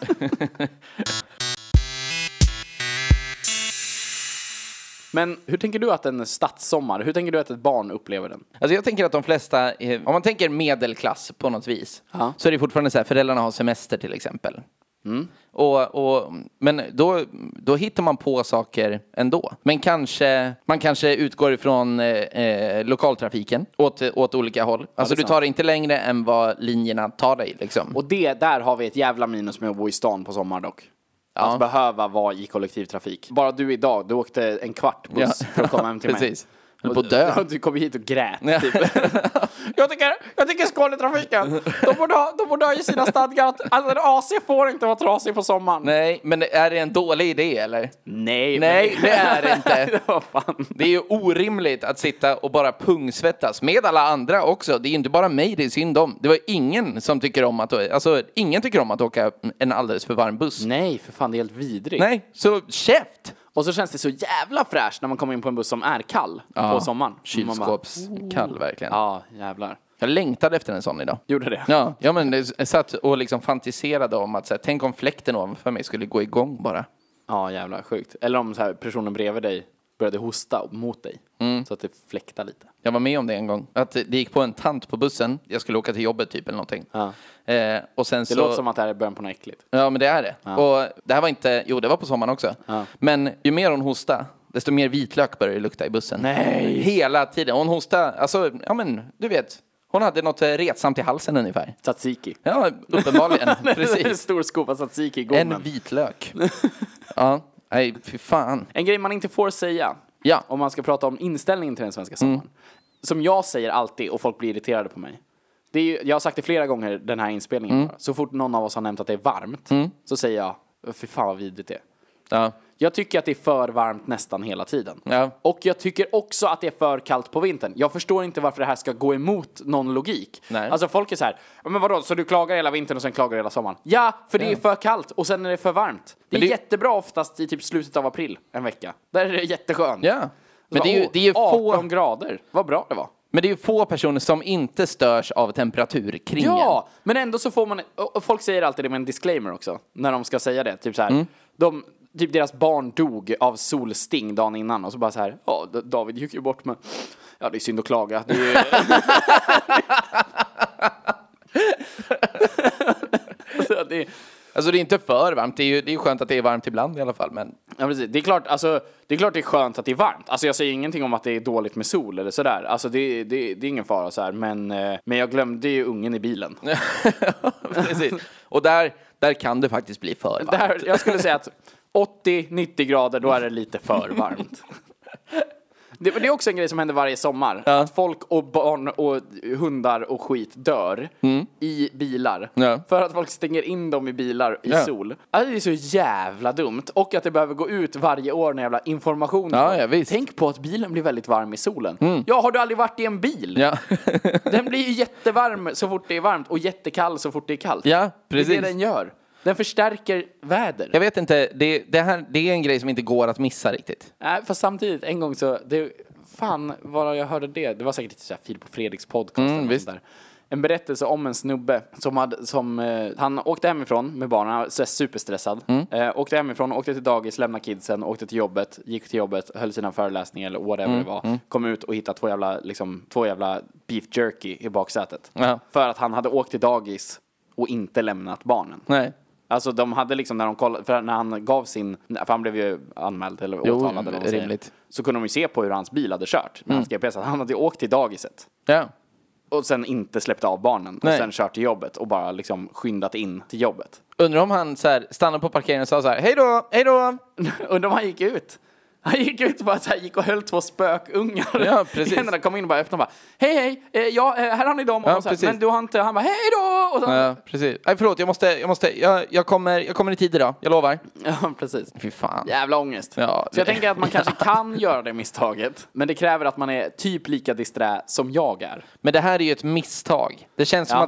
Men hur tänker du att en stadssommar, hur tänker du att ett barn upplever den? Alltså jag tänker att de flesta, om man tänker medelklass på något vis, så är det fortfarande så här, föräldrarna har semester till exempel. Men då hittar man på saker ändå. Men man kanske utgår ifrån lokaltrafiken åt olika håll. Alltså du tar det inte längre än vad linjerna tar dig liksom. Och där har vi ett jävla minus med att bo i stan på sommar dock. Att behöva vara i kollektivtrafik. Bara du idag, du åkte en kvart buss för att komma hem till mig. Och på dö. Du kom hit och grät typ. jag tycker Skånetrafiken, de borde ha i sina stadgar att en AC får inte vara trasig på sommaren. Nej, men är det en dålig idé eller? Nej, det är det inte. Det är ju orimligt att sitta och bara pungsvettas med alla andra också. Det är ju inte bara mig det är synd om. Det var ingen som tycker om ingen tycker om att åka en alldeles för varm buss. Nej, för fan, det är helt vidrigt. Nej, så käft. Och så känns det så jävla fräscht när man kommer in på en buss som är kall på sommaren. Kylskåpskall verkligen. Ja, jävlar. Jag längtade efter en sån idag. Gjorde det? Ja, men jag satt och liksom fantiserade om att tänk om fläkten ovanför mig skulle gå igång bara. Ja, jävlar, sjukt. Eller om så här, personen bredvid dig började hosta mot dig. Så att det fläktade lite. Jag var med om det en gång. Att det gick på en tant på bussen. Jag skulle åka till jobbet typ eller någonting. Och sen det låter som att det här är början på något äckligt. Ja, men det är det. Och det här var inte... Jo, det var på sommaren också. Men ju mer hon hostade, desto mer vitlök började det lukta i bussen. Nej! Hela tiden. Hon hostade... Alltså, ja men, du vet... Hon hade något retsamt i halsen ungefär. Tzatziki. Ja, uppenbarligen. Precis. En stor skopa tzatziki i gommen. En vitlök. Ja. Nej, fy fan. En grej man inte får säga. Ja. Om man ska prata om inställningen till den svenska sommaren. Som jag säger alltid och folk blir irriterade på mig. Det är ju, jag har sagt det flera gånger den här inspelningen. Så fort någon av oss har nämnt att det är varmt. Så säger jag, fy fan vad vidrigt det är. Ja. Jag tycker att det är för varmt nästan hela tiden. Ja. Och jag tycker också att det är för kallt på vintern. Jag förstår inte varför det här ska gå emot någon logik. Nej. Alltså folk är så här, men vadå, så du klagar hela vintern och sen klagar hela sommaren? Ja, för det är för kallt och sen är det för varmt. Det är jättebra oftast i typ slutet av april, en vecka. Där är det jätteskönt. Ja. Men det är ju 18 grader, vad bra det var. Men det är ju få personer som inte störs av temperatur kring en. Ja, men ändå så får man... Och folk säger alltid det med en disclaimer också. När de ska säga det. Typ så här. Typ deras barn dog av solsting dagen innan. Och så bara så här... Ja, David gick ju bort, men... Ja, det är synd att klaga. Det är ju... Alltså det är inte för varmt. Det är ju skönt att det är varmt ibland i alla fall. Men... Ja, precis. Det är klart det är skönt att det är varmt. Alltså jag säger ingenting om att det är dåligt med sol eller sådär. Alltså det är ingen fara så här. Men jag glömde ju ungen i bilen. Precis. Och där kan det faktiskt bli för varmt. Jag skulle säga att 80-90 grader, då är det lite för varmt. Det är också en grej som händer varje sommar. Ja. Att folk och barn och hundar och skit dör i bilar. Ja. För att folk stänger in dem i bilar i sol. Alltså, det är så jävla dumt. Och att det behöver gå ut varje år när jävla information. Ja, tänk på att bilen blir väldigt varm i solen. Ja, har du aldrig varit i en bil? Ja. Den blir ju jättevarm så fort det är varmt. Och jättekall så fort det är kallt. Ja, precis. Det är det den gör. Den förstärker väder. Jag vet inte, det är en grej som inte går att missa riktigt. Nej, för samtidigt en gång så fan vad jag hörde det. Det var säkert lite så här Filip och Fredriks podcast där. En berättelse om en snubbe han åkte hemifrån med barnen, så superstressad. Åkte hemifrån, åkte till dagis, lämnade kidsen, åkte till jobbet, gick till jobbet, höll sina föreläsningar eller whatever det var. Kom ut och hittade två jävla beef jerky i baksätet. Ja. För att han hade åkt till dagis och inte lämnat barnen. Nej. Alltså de hade liksom när de kollade, för när han gav för han blev ju anmäld eller åtalad eller vad rimligt. Så kunde de ju se på hur hans bil hade kört med hans GPS, att han hade åkt till dagiset. Ja. Och sen inte släppt av barnen. Nej. Och sen kört till jobbet och bara liksom skyndat in till jobbet. Undrar om han så här stannade på parkeringen och sa så här: hej då. Undrar om han gick ut. Han gick ut och bara så här, gick och höll 2 spökungar. Ja, precis. Händerna kom in och bara öppnade och bara, hej, här har ni dem. Ja, och så här, men du har inte, han bara, hej då. Och så, ja, precis. Nej, förlåt, jag kommer i tid idag, jag lovar. Ja, precis. Fy fan. Jävla ångest. Ja, så jag tänker att man kanske kan göra det misstaget, men det kräver att man är typ lika disträ som jag är. Men det här är ju ett misstag. Det känns som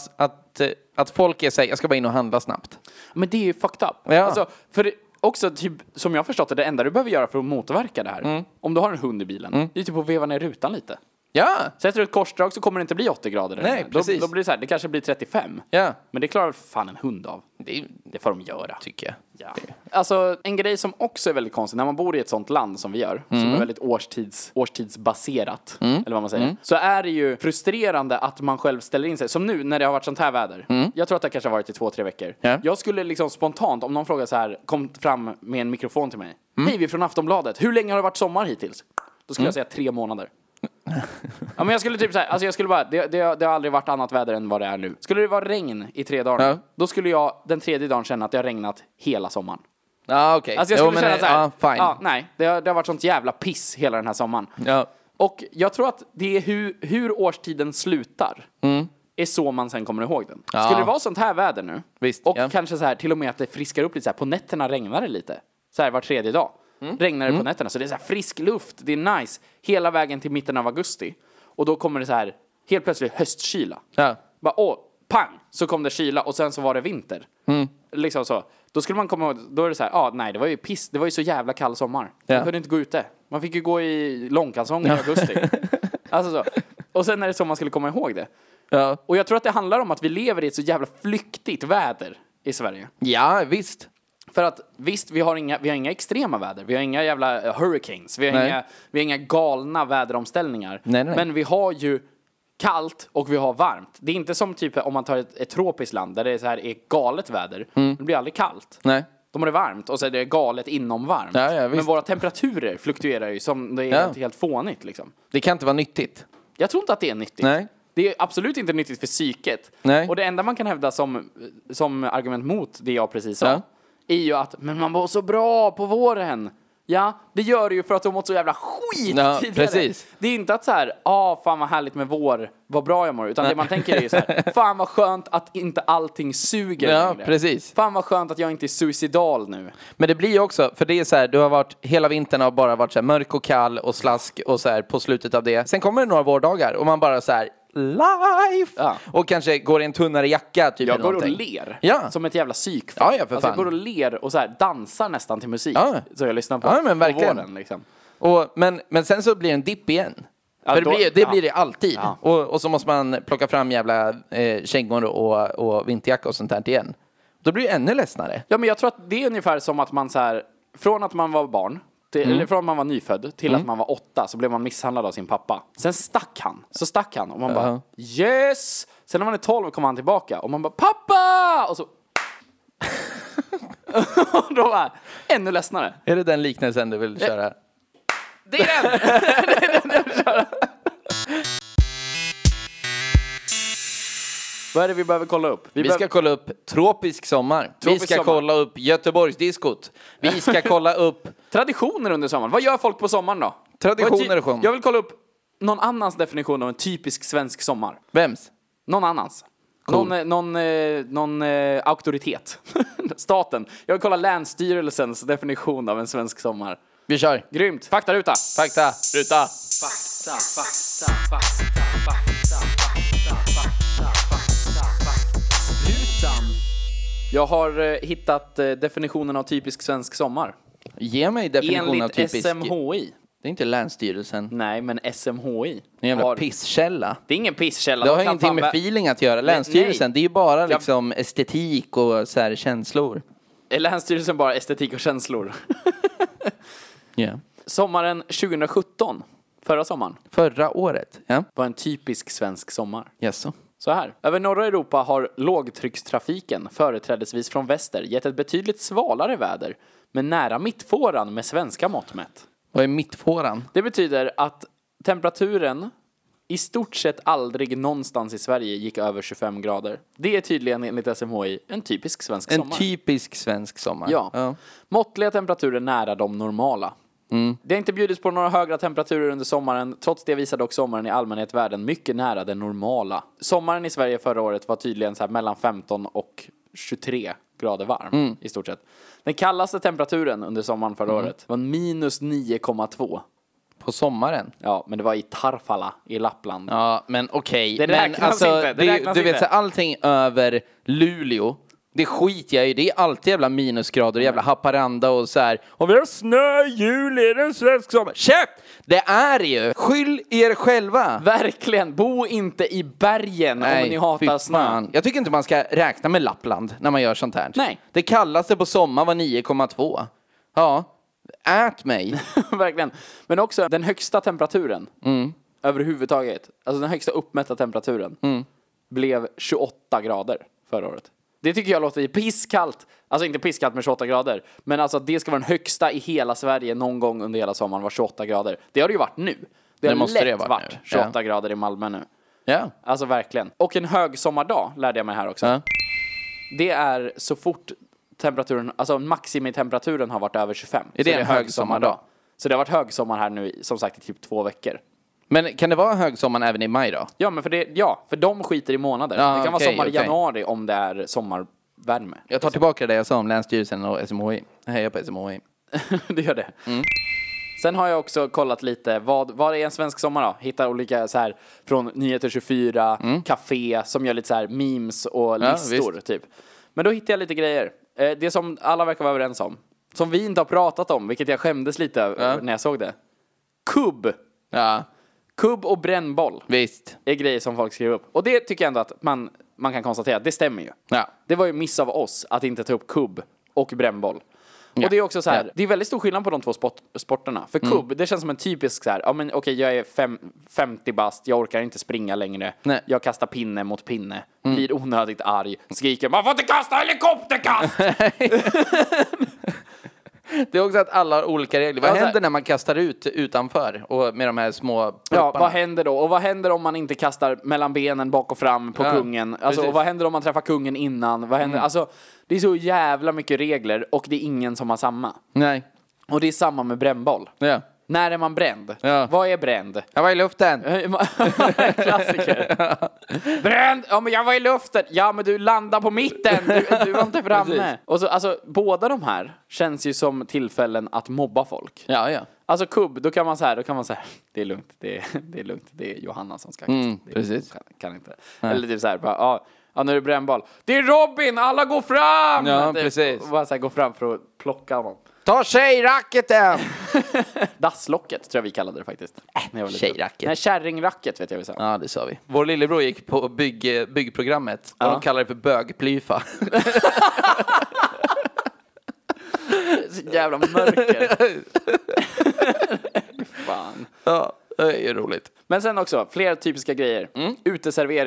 att folk är såhär, jag ska bara in och handla snabbt. Men det är ju fucked up. Ja. Alltså, för också typ, som jag har förstått det enda du behöver göra för att motverka det här, om du har en hund i bilen, det är typ att veva ner rutan lite. Ja. Sätter du ett korsdrag så kommer det inte bli 80 grader. Nej, precis. Då blir det så här, det kanske blir 35. Ja. Men det klarar fan en hund av. Det får de göra, tycker jag. Ja. Alltså, en grej som också är väldigt konstig när man bor i ett sånt land som vi gör, som är väldigt årstidsbaserat, eller vad man säger, så är det ju frustrerande att man själv ställer in sig. Som nu när det har varit sånt här väder. Jag tror att det kanske har varit i 2-3 veckor. Ja. Jag skulle liksom spontant, om någon frågar så här, kom fram med en mikrofon till mig. Hej, vi är från Aftonbladet. Hur länge har det varit sommar hittills? Då skulle jag säga 3 månader. Ja, men jag skulle typ säga, alltså jag skulle bara, det har aldrig varit annat väder än vad det är nu. Skulle det vara regn i 3 dagar, då skulle jag den 3:e dagen känna att det har regnat hela sommaren. Ja, okej. Alltså jag skulle känna så här, fine. Nej, det har varit sånt jävla piss hela den här sommaren. Ja. Och jag tror att det är hur årstiden slutar. Är så man sen kommer ihåg den. Ja. Skulle det vara sånt här väder nu, visst, och kanske så här, till och med att det friskar upp lite så här, på nätterna regnar det lite. Så här var 3:e dag. Regnar det på nätterna, så det är så här frisk luft, det är nice hela vägen till mitten av augusti, och då kommer det så här helt plötsligt höstkyla. Ja. Bara pang, så kom det kyla och sen så var det vinter. Liksom så. Då skulle man komma ihåg, då är det så här, nej, det var ju piss, det var ju så jävla kall sommar. Man kunde inte gå ute. Man fick ju gå i långkalsonger i augusti. Alltså så. Och sen är det så man skulle komma ihåg det. Ja. Och jag tror att det handlar om att vi lever i ett så jävla flyktigt väder i Sverige. Ja, visst. För att visst, vi har inga extrema väder. Vi har inga jävla hurricanes. Vi har inga galna väderomställningar. Nej. Men vi har ju kallt och vi har varmt. Det är inte som typ om man tar ett tropiskt land där det är galet väder. Det blir aldrig kallt. Nej. De har det varmt och så är det galet inom varmt. Ja, men våra temperaturer fluktuerar ju som det är helt fånigt liksom. Det kan inte vara nyttigt. Jag tror inte att det är nyttigt. Nej. Det är absolut inte nyttigt för psyket. Nej. Och det enda man kan hävda som argument mot det jag precis sa är ju att, men man var så bra på våren. Ja, det gör det ju för att de mått så jävla skit tidigare. Precis. Det är inte att så här, fan vad härligt med vår, vad bra jag mår. Utan det man tänker är ju så här, fan vad skönt att inte allting suger längre. Precis. Fan vad skönt att jag inte är suicidal nu. Men det blir ju också, för det är så här, du har varit, hela vintern har bara varit så här mörk och kall och slask och så här på slutet av det. Sen kommer det några vårdagar och man bara så här, life! Ja. Och kanske går i en tunnare jacka typ. Jag går och ler som ett jävla psykfall. Ja, för fan. Jag går och ler och så här dansar nästan till musik. Så jag lyssnar på, men verkligen. På våren liksom. Men sen så blir det en dipp igen. För det blir det alltid. Och så måste man plocka fram jävla kängor och vinterjacka och sånt där igen. Då blir det ännu ledsnare. Ja, men jag tror att det är ungefär som att man så här, från att man var barn eller från att man var nyfödd till att man var 8, så blev man misshandlad av sin pappa. Sen stack han och man bara yes. Sen när man är 12 kommer han tillbaka och man bara pappa, och så Och då var ännu ledsnare. Är det den liknelsen du vill köra? Det är den! Det är den jag vill köra. Vad är det vi behöver kolla upp? Vi ska kolla upp tropisk sommar. Vi ska kolla upp Göteborgsdiskot. Vi ska kolla upp traditioner under sommaren. Vad gör folk på sommaren då? Traditioner och jag vill kolla upp någon annans definition av en typisk svensk sommar. Vems? Någon annans. Cool. Någon auktoritet. Staten. Jag vill kolla Länsstyrelsens definition av en svensk sommar. Vi kör. Grymt. Faktaruta. Faktaruta. Jag har hittat definitionen av typisk svensk sommar. Ge mig definitionen av typisk. Enligt SMHI. Det är inte Länsstyrelsen. Nej, men SMHI. Det är en jävla pisskälla. Det är ingen pisskälla. Det har ingenting med feeling att göra. Länsstyrelsen, det är ju bara liksom estetik och så här känslor. Är Länsstyrelsen bara estetik och känslor? Yeah. Sommaren 2017, förra sommaren. Förra året, ja. Var en typisk svensk sommar. Yes. Så här. Över norra Europa har lågtryckstrafiken, företrädesvis från väster, gett ett betydligt svalare väder, men nära mittfåran med svenska mått mätt. Vad är mittfåran? Det betyder att temperaturen i stort sett aldrig någonstans i Sverige gick över 25 grader. Det är tydligen enligt SMHI en typisk svensk sommar. En typisk svensk sommar. Ja. Måttliga temperaturer nära de normala. Det har inte bjudits på några högre temperaturer under sommaren. Trots det visade dock sommaren i allmänhet världen mycket nära det normala. Sommaren i Sverige förra året var tydligen så här mellan 15 och 23 grader varm i stort sett. Den kallaste temperaturen under sommaren förra året var minus 9,2. På sommaren? Ja, men det var i Tarfala i Lappland. Ja, men okej. Det räknas alltså, inte. Det räknas du vet inte. så allting över Luleå. Det skiter jag i. Det är alltid jävla minusgrader och jävla Haparanda och så här. Och vi har snö i juli, är det en svensk sommar? Käft! Det är ju. Skyll er själva. Verkligen. Bo inte i bergen om ni hatar snö. Jag tycker inte man ska räkna med Lappland när man gör sånt här. Nej. Det kallaste på sommar var 9,2. Ja. Ät mig. Verkligen. Men också den högsta temperaturen överhuvudtaget. Alltså den högsta uppmätta temperaturen blev 28 grader förra året. Det tycker jag låter pisskallt. Alltså inte pisskallt med 28 grader. Men alltså det ska vara den högsta i hela Sverige någon gång under hela sommaren var 28 grader. Det har det ju varit nu. Det har lätt varit 28 grader i Malmö nu. Ja. Alltså verkligen. Och en högsommardag lärde jag mig här också. Ja. Det är så fort temperaturen, alltså maximitemperaturen har varit över 25. Är det en högsommardag? Så det har varit högsommar här nu som sagt i typ 2 veckor. Men kan det vara högsommar även i maj då? Ja, men för de skiter i månader. Det kan vara sommar i januari om det är sommarvärme. Jag tar tillbaka det jag sa om Länsstyrelsen och SMHI. Heja på SMHI. Det gör det. Sen har jag också kollat lite, vad är en svensk sommar då? Hittar olika så här från Nyheter 24, Café som gör lite så här memes och listor typ. Men då hittade jag lite grejer. Det som alla verkar vara överens om. Som vi inte har pratat om, vilket jag skämdes lite över när jag såg det. Kubb. Ja. Kubb och brännboll. Visst. Är grejer som folk skriver upp. Och det tycker jag ändå att man kan konstatera. Det stämmer ju. Ja. Det var ju miss av oss att inte ta upp kubb och brännboll. Och det är också så här, det är väldigt stor skillnad på de två sporterna. För kubb, det känns som en typisk så här, ja men okej, jag är 50 bast, jag orkar inte springa längre. Nej. Jag kastar pinne mot pinne, blir onödigt arg, skriker, man får inte kasta helikopterkast! Det är också att alla har olika regler. Vad händer när man kastar ut utanför och med de här små plupparna? Ja, vad händer då? Och vad händer om man inte kastar mellan benen bak och fram på kungen? Alltså, och vad händer om man träffar kungen innan? Vad händer? Alltså, det är så jävla mycket regler och det är ingen som har samma. Nej. Och det är samma med brännboll. Ja. När är man bränd? Ja. Vad är bränd? Jag var i luften. Klassiker. Bränd! Ja, men jag var i luften. Ja, men du landar på mitten. Du var inte framme. Och så, alltså, båda de här känns ju som tillfällen att mobba folk. Ja, ja. Alltså kubb, då kan man säga, det är lugnt. Det är lugnt. Det är Johanna som ska kasta. Precis. Kan inte. Nej. Eller typ så här, bara, ja, nu är det brännboll. Det är Robin, alla går fram! Ja, precis. Bara så här, gå fram för att plocka honom. Ta tjejracketen! Dasslocket tror jag vi kallade det faktiskt. Tjejracket. Nej, kärringracket vet jag vi sa. Ja, det sa vi. Vår lillebror gick på byggprogrammet. Och de kallar det för bögplyfa. Jävla mörker. Fan. Ja, det är ju roligt. Men sen också, fler typiska grejer. Uteservering.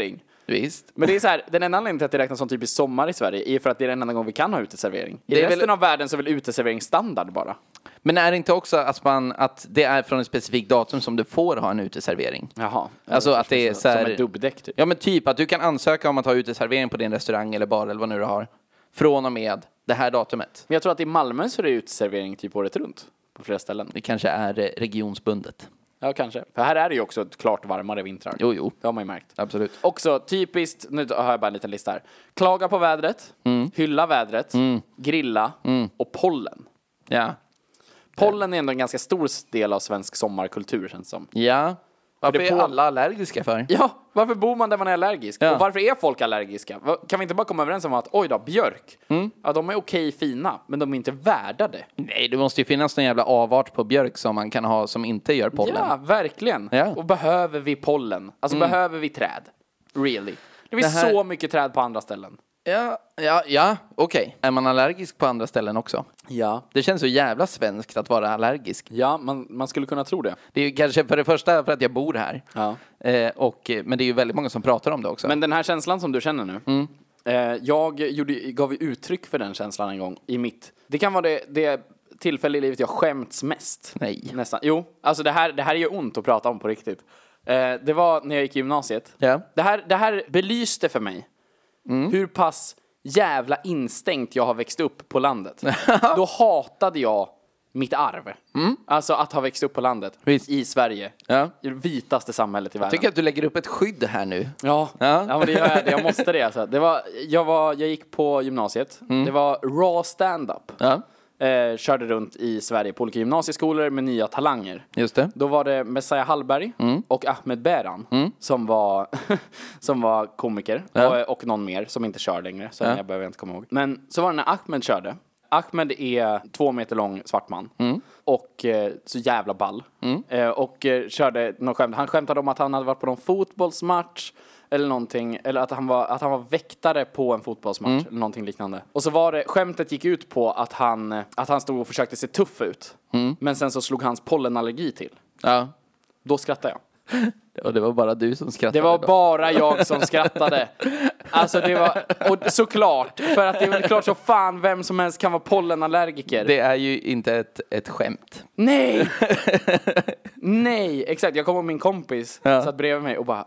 Visst. Men det är så här, den enda anledningen till att det räknas som typiskt sommar i Sverige är för att det är den enda gång vi kan ha uteservering. I resten av världen så är väl uteservering standard bara. Men är det inte också att det är från en specifik datum som du får ha en uteservering? Jaha. Alltså att det är så här, som ett dubbdäck typ. Ja, men typ att du kan ansöka om att ha uteservering på din restaurang eller bar eller vad nu du har. Från och med det här datumet. Men jag tror att i Malmö så är det uteservering typ året runt. På flera ställen. Det kanske är regionsbundet. Ja, kanske. För här är det ju också klart varmare vintrar. Jo. Det har man ju märkt. Absolut. Också typiskt, nu har jag bara en liten lista här. Klaga på vädret, hylla vädret, grilla och pollen. Ja. Pollen är ändå en ganska stor del av svensk sommarkultur, känns det som. Ja. Varför är alla allergiska för? Ja, varför bor man där man är allergisk? Ja. Och varför är folk allergiska? Kan vi inte bara komma överens om att, oj då, björk. Ja, de är okej fina, men de är inte värda det. Nej, det måste ju finnas någon jävla avart på björk som man kan ha som inte gör pollen. Ja, verkligen. Ja. Och behöver vi pollen? Alltså behöver vi träd? Really? Det finns så mycket träd på andra ställen. Ja, okej. Är man allergisk på andra ställen också? Ja. Det känns så jävla svenskt att vara allergisk. Ja, man skulle kunna tro det. Det är ju kanske för det första för att jag bor här. Ja. Men det är ju väldigt många som pratar om det också. Men den här känslan som du känner nu. Jag gav ju uttryck för den känslan en gång i mitt. Det kan vara det tillfälle i livet jag skämts mest. Nej. Nästan. Jo, alltså det här är ju ont att prata om på riktigt. Det var när jag gick i gymnasiet. Ja. Det här belyste för mig hur pass jävla instängt jag har växt upp på landet. Då hatade jag mitt arv. Alltså att ha växt upp på landet. Visst. I Sverige. Ja. I det vitaste samhället i världen. Jag tycker att du lägger upp ett skydd här nu. Ja, men det gör jag måste det alltså. Jag gick på gymnasiet. Det var raw stand-up. Ja. Körde runt i Sverige på olika gymnasieskolor med nya talanger. Just det. Då var det Messiah Hallberg och Ahmed Beran som var komiker. Ja. Och någon mer som inte kör längre. Så jag behöver inte komma ihåg. Men så var det när Ahmed körde. Ahmed är 2 meter lång svart man. Och så jävla ball. Och körde någon skämt. Han skämtade om att han hade varit på någon fotbollsmatch. Eller någonting. Eller att han var väktare på en fotbollsmatch. Eller någonting liknande. Och så var det, skämtet gick ut på att han stod och försökte se tuff ut. Men sen så slog hans pollenallergi till. Ja. Då skrattade jag. Och det var bara du som skrattade. Det var då. bara jag som skrattade. Alltså det var, och såklart, för att det är väl klart så fan vem som helst kan vara pollenallergiker. Det är ju inte ett skämt. Nej! Nej, exakt. Jag kom och min kompis satt bredvid mig och bara,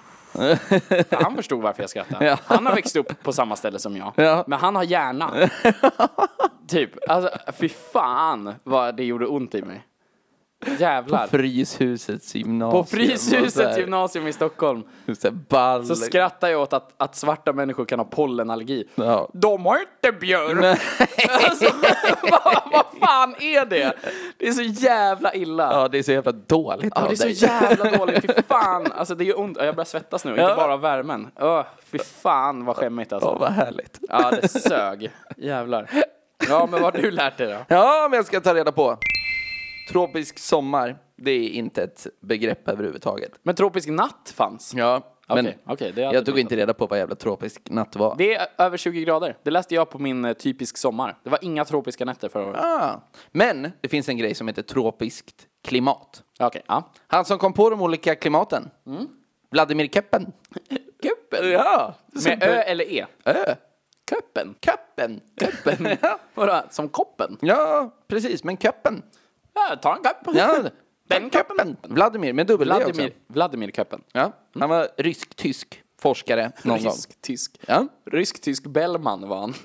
för han förstod varför jag skrattade. Ja. Han har växt upp på samma ställe som jag. Ja. Men han har hjärna. Typ, alltså fy fan vad det gjorde ont i mig. Jävlar. På Fryshusets gymnasium. På Fryshusets gymnasium i Stockholm. Ball. Så skrattar jag åt att svarta människor kan ha pollenallergi. Ja. De har inte björn. Alltså, vad fan är det? Det är så jävla illa. Ja, det är så jävla dåligt av det är så dig. jävla dåligt. Fy fan. Alltså det är ont. Jag börjar svettas nu. Inte bara värmen. Fy fan vad skämmigt alltså. Vad härligt. Ja, det sög. Jävlar. Ja, men vad har du lärt dig då? Ja, men jag ska ta reda på. Tropisk sommar, det är inte ett begrepp överhuvudtaget. Men tropisk natt fanns. Ja, men Okej, det jag tog inte reda på vad jävla tropisk natt var. Det är över 20 grader. Det läste jag på min typisk sommar. Det var inga tropiska nätter förra året. Men det finns en grej som heter tropiskt klimat. Okej, ja. Han som kom på de olika klimaten. Vladimir Köppen. Köppen? Ja. Med Ö eller E? Ö. Köppen? Köppen. Köppen? Vadå? Som koppen? Ja, precis. Men Köppen. Ja, ta en kopp. Ja, Den Köppen. Vladimir med dubbel D också. Vladimir Köppen. Ja, han var rysk-tysk forskare någon gång. Rysk-tysk. Ja. Rysk-tysk Bellman var han.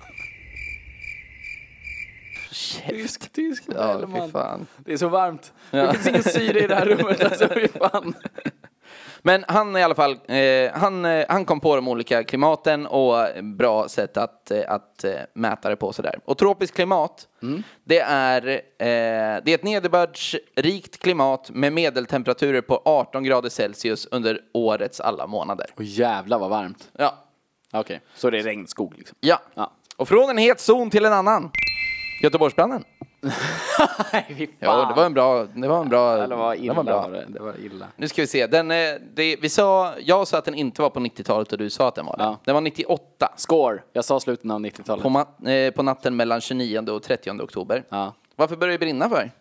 Rysk-tysk Ja, Bellman. fy fan. Det är så varmt. Det finns ingen syre i det här rummet. Alltså, fy fan. Men han i alla fall, han kom på de olika klimaten och bra sätt att mäta det på sådär. Och tropiskt klimat, det är ett nederbördsrikt klimat med medeltemperaturer på 18 grader Celsius under årets alla månader. Och jävlar vad varmt. Ja. Okej, så det är regnskog liksom. Ja. Och från en het zon till en annan. Göteborgsbranden. Nej, fy fan. Ja, det var en bra. Eller var illa, det var bra. Det var illa. Nu ska vi se. Jag sa att den inte var på 90-talet och du sa att den var det. Ja. Den var 98. Score. Jag sa slutet av 90-talet. På natten mellan 29 och 30 oktober. Ja. Varför började det brinna för?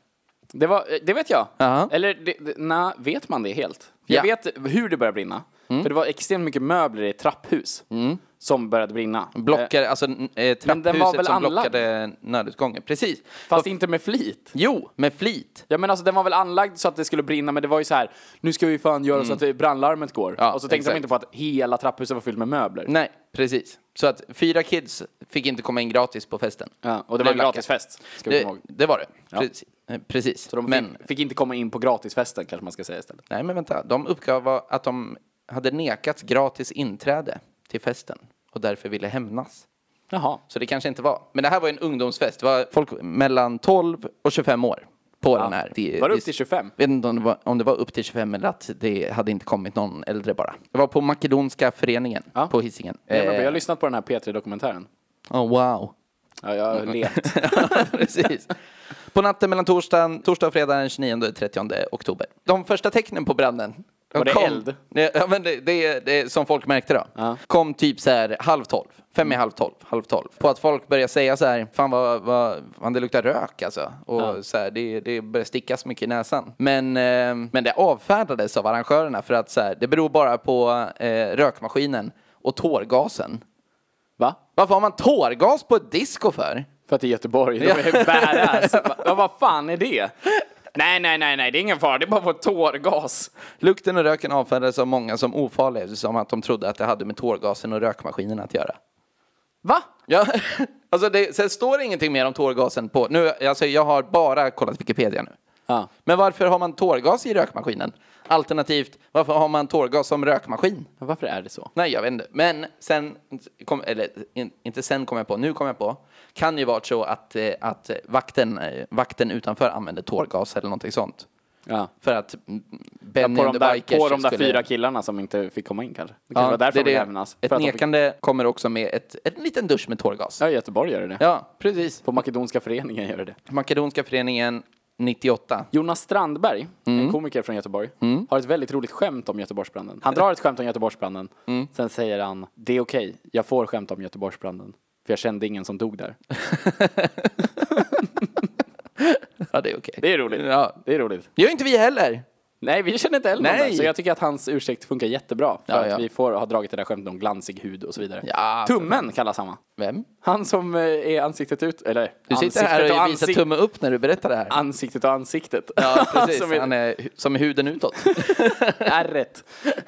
Det vet jag. Aha. Eller, vet man det helt? Jag vet hur det började brinna. För det var extremt mycket möbler i ett trapphus som började brinna. Trapphuset som blockade nödutgången. Precis. Fast inte med flit. Jo, med flit. Ja, men alltså den var väl anlagd så att det skulle brinna, men det var ju så här: nu ska vi fan göra så att brandlarmet går. Ja, och så tänkte de inte på att hela trapphuset var fyllt med möbler. Nej, precis. Så att 4 kids fick inte komma in gratis på festen. Ja, och det var en gratisfest, ska vi komma ihåg. Det var det. Ja. Precis. Så de fick inte komma in på gratisfesten, kanske man ska säga istället. Nej, men vänta. De uppgav att de hade nekats gratis inträde till festen och därför ville hämnas. Jaha. Så det kanske inte var. Men det här var en ungdomsfest. Det var folk mellan 12 och 25 år på den här. Var det upp till 25? Jag vet inte om det var upp till 25 eller att det hade inte kommit någon äldre bara. Det var på Makedonska föreningen på Hisingen. Jag har lyssnat på den här P3-dokumentären. Wow. Ja, jag har levt. Precis. På natten mellan torsdag och fredag den 29 och 30 oktober. De första tecknen på branden. Var det eld? Ja, men det som folk märkte då. Ja. Kom typ så här 11:30. 5:30. På att folk började säga så här: fan vad det luktar rök alltså. Och så här, det började stickas mycket i näsan. Men det avfärdades av arrangörerna för att så här, det beror bara på rökmaskinen och tårgasen. Va? Varför har man tårgas på ett disco för? För att det är Göteborg, de är badass. Vad fan är det? Nej, det är ingen fara, det är bara på tårgas. Lukten och röken avfärdades av många som ofarliga, som att de trodde att det hade med tårgasen och rökmaskinen att göra. Va? Ja, alltså sen står ingenting mer om tårgasen på. Nu, alltså jag har bara kollat Wikipedia nu. Ja. Men varför har man tårgas i rökmaskinen? Alternativt, varför har man tårgas som rökmaskin? Varför är det så? Nej, jag vet inte. Men sen, nu kom jag på. Kan ju vara så att vakten utanför använde tårgas eller någonting sånt. Ja. För att Benny på and the Bikers på de där 4 killarna som inte fick komma in kanske. Det ja, var därför det de lämnas. Ett nekande kommer också med en liten dusch med tårgas. Ja, i Göteborg gör det. Ja, precis. På Makedonska föreningen gör det. Makedonska föreningen 98. Jonas Strandberg, en komiker från Göteborg, har ett väldigt roligt skämt om Göteborgsbranden. Han drar ett skämt om Göteborgsbranden. Sen säger han: det är okej, jag får skämt om Göteborgsbranden. För jag kände ingen som dog där. Ja, det är okej. Det är roligt. Ja. Det är roligt. Det gör inte vi heller. Nej, vi känner inte heller Nej. det. Så jag tycker att hans ursäkt funkar jättebra. För Ja. att vi får ha dragit det där skämtet om glansig hud och så vidare. Ja, Tummen kallas han, va? Vem? Han som är ansiktet ut, eller Du sitter här och visar tumme upp när du berättar det här. Ansiktet och ansiktet. Ja, precis. Som är... Han är som huden utåt. Ärret.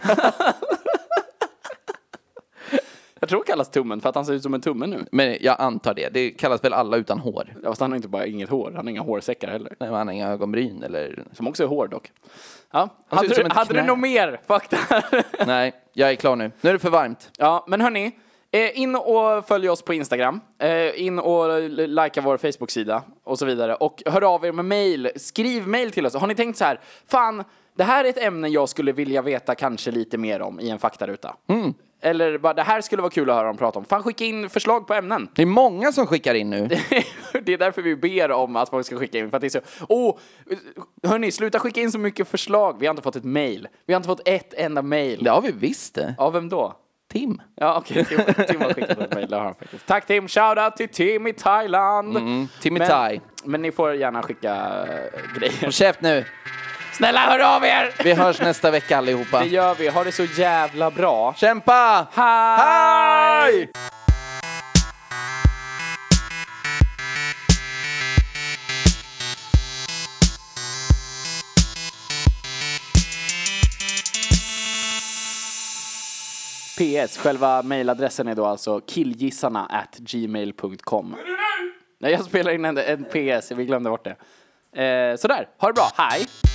Jag tror det kallas tummen för att han ser ut som en tumme nu. Men jag antar det. Det kallas väl alla utan hår. Ja, fast han har inte bara inget hår. Han har inga hårsäckar heller. Nej, han har inga ögonbryn eller... Som också är hår dock. Ja. Han ser ut som ett Hade du knä. något mer fakta? Nej, jag är klar nu. Nu är det för varmt. Ja, men hörni. In och följ oss på Instagram. In och likea vår Facebook-sida och så vidare. Och hör av er med mail. Skriv mail till oss. Har ni tänkt så här: fan, det här är ett ämne jag skulle vilja veta kanske lite mer om i en faktaruta. Eller bara, det här skulle vara kul att höra dem prata om. Fan, skicka in förslag på ämnen. Det är många som skickar in nu. Det är därför vi ber om att folk ska skicka in. För att det är så, hörni, sluta skicka in så mycket förslag. Vi har inte fått ett mail. Vi har inte fått ett enda mail. Det har vi visst det. Ja, vem då? Tim. Ja, okej. Tim har skickat ett mail. Det har han faktiskt. Tack Tim. Shoutout till Tim i Thailand. Tim i Thai. Men ni får gärna skicka grejer. Håll käft nu. Snälla, hör av er! Vi hörs nästa vecka allihopa. Det gör vi. Ha det så jävla bra. Kämpa! Hej! PS, själva mailadressen är då alltså killgissarna@gmail.com. Nej, jag spelar in en PS, vi glömde bort det. Sådär, ha det bra, hej!